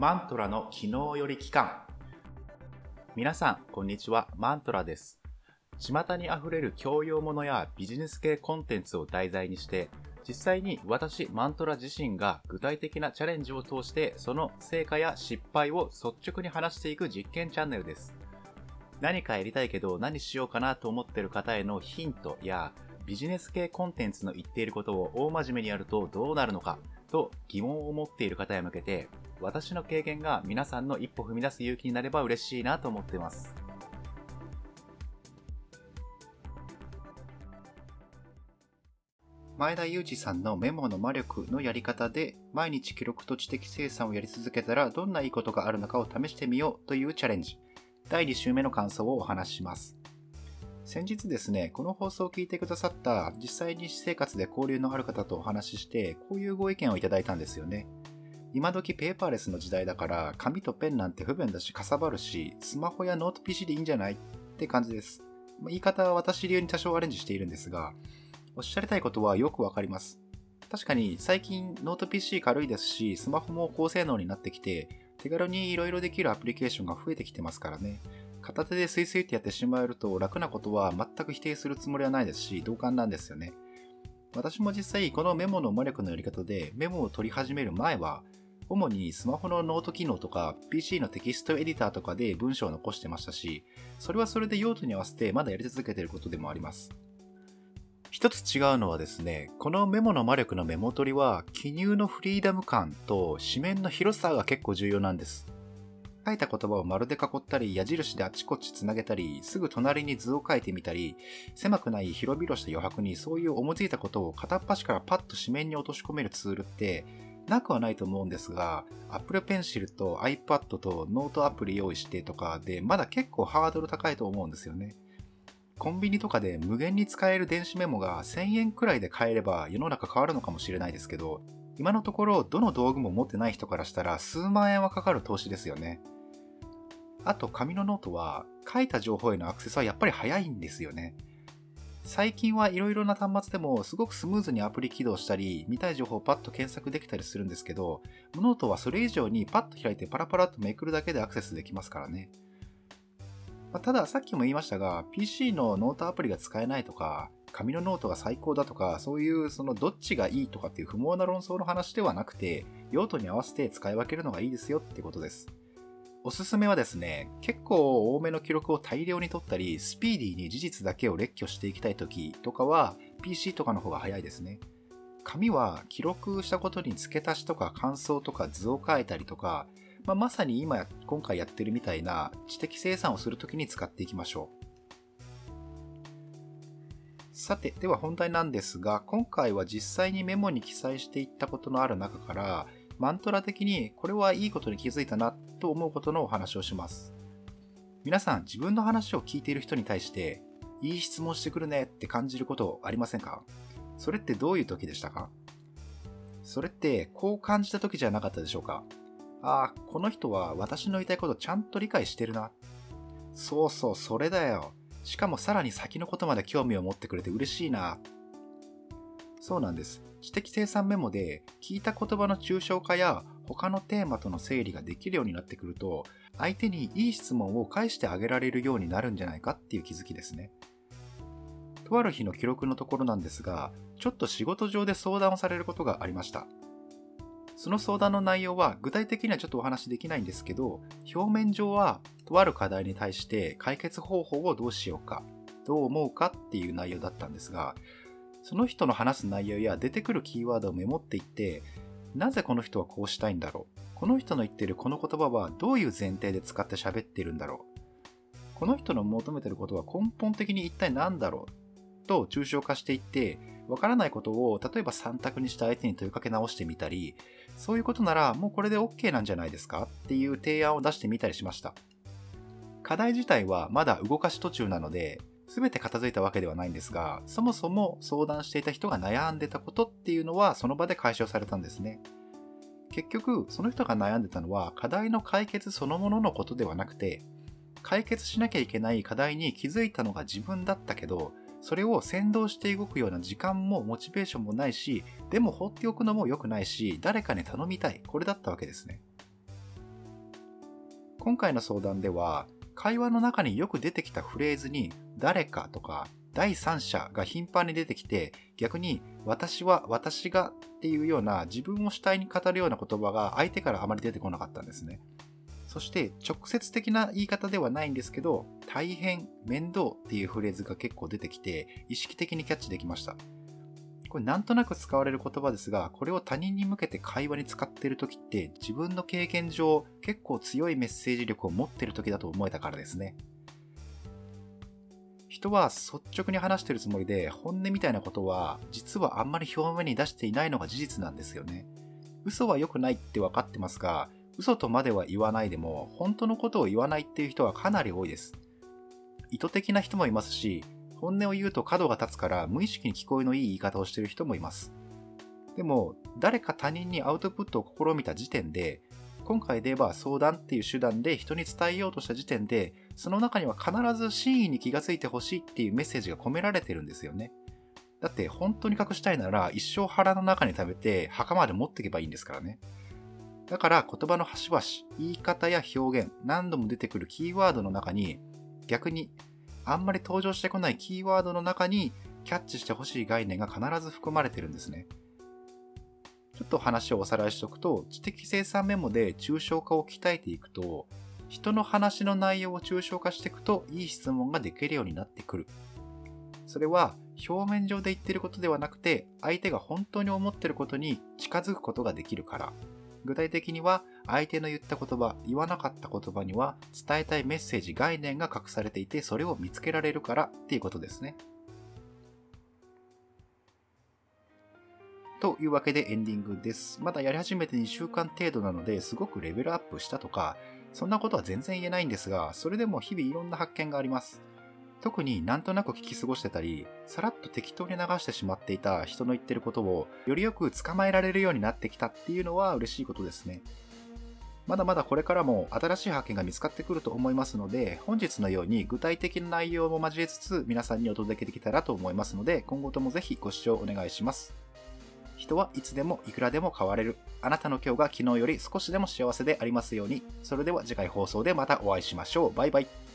マントラの昨日より期間。皆さんこんにちは、マントラです。巷にあふれる教養ものやビジネス系コンテンツを題材にして、実際に私マントラ自身が具体的なチャレンジを通してその成果や失敗を率直に話していく実験チャンネルです。何かやりたいけど何しようかなと思っている方へのヒントやビジネス系コンテンツの言っていることを大真面目にやるとどうなるのかと疑問を持っている方へ向けて、私の経験が皆さんの一歩踏み出す勇気になれば嬉しいなと思っています。前田裕二さんのメモの魔力のやり方で毎日記録と知的生産をやり続けたらどんないいことがあるのかを試してみようというチャレンジ。第2週目の感想をお話しします。先日ですね、この放送を聞いてくださった実際に私生活で交流のある方とお話しして、こういうご意見をいただいたんですよね。今時ペーパーレスの時代だから紙とペンなんて不便だしかさばるし、スマホやノート PC でいいんじゃないって感じです。言い方は私流に多少アレンジしているんですが、おっしゃりたいことはよくわかります。確かに最近ノート PC 軽いですし、スマホも高性能になってきて、手軽にいろいろできるアプリケーションが増えてきてますからね。片手でスイスイってやってしまえると楽なことは全く否定するつもりはないですし、同感なんですよね。私も実際このメモの魔力のやり方でメモを取り始める前は、主にスマホのノート機能とか PC のテキストエディターとかで文章を残してましたし、それはそれで用途に合わせてまだやり続けていることでもあります。一つ違うのはですね、このメモの魔力のメモ取りは記入のフリーダム感と紙面の広さが結構重要なんです。書いた言葉を丸で囲ったり、矢印であちこちつなげたり、すぐ隣に図を書いてみたり、狭くない広々した余白にそういう思いついたことを片っ端からパッと紙面に落とし込めるツールってなくはないと思うんですが、Apple Pencil と iPad とノートアプリ用意してとかでまだ結構ハードル高いと思うんですよね。コンビニとかで無限に使える電子メモが1000円くらいで買えれば世の中変わるのかもしれないですけど、今のところどの道具も持ってない人からしたら数万円はかかる投資ですよね。あと紙のノートは書いた情報へのアクセスはやっぱり早いんですよね。最近はいろいろな端末でもすごくスムーズにアプリ起動したり、見たい情報をパッと検索できたりするんですけど、ノートはそれ以上にパッと開いてパラパラっとめくるだけでアクセスできますからね。たださっきも言いましたが、PC のノートアプリが使えないとか、紙のノートが最高だとか、そういうそのどっちがいいとかっていう不毛な論争の話ではなくて、用途に合わせて使い分けるのがいいですよってことです。おすすめはですね、結構多めの記録を大量に取ったり、スピーディーに事実だけを列挙していきたいときとかは、PC とかの方が早いですね。紙は記録したことに付け足しとか感想とか図を書いたりとか、まさに今回やってるみたいな知的生産をするときに使っていきましょう。さて、では本題なんですが、今回は実際にメモに記載していったことのある中から、マントラ的にこれはいいことに気づいたなと思うことのお話をします。皆さん自分の話を聞いている人に対していい質問してくるねって感じることありませんか？それってどういう時でしたか？それってこう感じた時じゃなかったでしょうか？ああ、この人は私の言いたいことちゃんと理解してるな。そうそう、それだよ。しかもさらに先のことまで興味を持ってくれて嬉しいな。そうなんです。知的生産メモで聞いた言葉の抽象化や他のテーマとの整理ができるようになってくると、相手にいい質問を返してあげられるようになるんじゃないかっていう気づきですね。とある日の記録のところなんですが、ちょっと仕事上で相談をされることがありました。その相談の内容は具体的にはちょっとお話しできないんですけど、表面上はとある課題に対して解決方法をどうしようか、どう思うかっていう内容だったんですが、その人の話す内容や出てくるキーワードをメモっていって、なぜこの人はこうしたいんだろう、この人の言っているこの言葉はどういう前提で使って喋っているんだろう、この人の求めていることは根本的に一体何だろうと抽象化していって、わからないことを例えば3択にして相手に問いかけ直してみたり、そういうことならもうこれで OK なんじゃないですかっていう提案を出してみたりしました。課題自体はまだ動かし途中なので全て片付いたわけではないんですが、そもそも相談していた人が悩んでたことっていうのはその場で解消されたんですね。結局その人が悩んでたのは課題の解決そのもののことではなくて、解決しなきゃいけない課題に気づいたのが自分だったけど、それを先導して動くような時間もモチベーションもないし、でも放っておくのも良くないし、誰かに頼みたい、これだったわけですね。 今回の相談では、会話の中によく出てきたフレーズに誰かとか第三者が頻繁に出てきて、逆に私は私がっていうような自分を主体に語るような言葉が相手からあまり出てこなかったんですね。そして直接的な言い方ではないんですけど、大変、面倒っていうフレーズが結構出てきて意識的にキャッチできました。これなんとなく使われる言葉ですが、これを他人に向けて会話に使っている時って自分の経験上結構強いメッセージ力を持っている時だと思えたからですね。人は率直に話しているつもりで本音みたいなことは実はあんまり表面に出していないのが事実なんですよね。嘘は良くないって分かってますが、嘘とまでは言わないでも本当のことを言わないっていう人はかなり多いです。意図的な人もいますし、本音を言うと角が立つから無意識に聞こえのいい言い方をしている人もいます。でも誰か他人にアウトプットを試みた時点で、今回で言えば相談っていう手段で人に伝えようとした時点で、その中には必ず真意に気がついてほしいっていうメッセージが込められてるんですよね。だって本当に隠したいなら一生腹の中に食べて墓まで持っていけばいいんですからね。だから言葉の端々、言い方や表現、何度も出てくるキーワードの中に、逆にあんまり登場してこないキーワードの中にキャッチしてほしい概念が必ず含まれてるんですね。ちょっと話をおさらいしておくと、知的生産メモで抽象化を鍛えていくと、人の話の内容を抽象化していくといい質問ができるようになってくる。それは表面上で言っていることではなくて、相手が本当に思っていることに近づくことができるから。具体的には相手の言った言葉、言わなかった言葉には伝えたいメッセージ、概念が隠されていて、それを見つけられるからっていうことですね。というわけでエンディングです。まだやり始めて2週間程度なのですごくレベルアップしたとか、そんなことは全然言えないんですが、それでも日々いろんな発見があります。特になんとなく聞き過ごしてたり、さらっと適当に流してしまっていた人の言ってることをよりよく捕まえられるようになってきたっていうのは嬉しいことですね。まだまだこれからも新しい発見が見つかってくると思いますので、本日のように具体的な内容も交えつつ皆さんにお届けできたらと思いますので、今後ともぜひご視聴お願いします。人はいつでもいくらでも変われる。あなたの今日が昨日より少しでも幸せでありますように。それでは次回放送でまたお会いしましょう。バイバイ。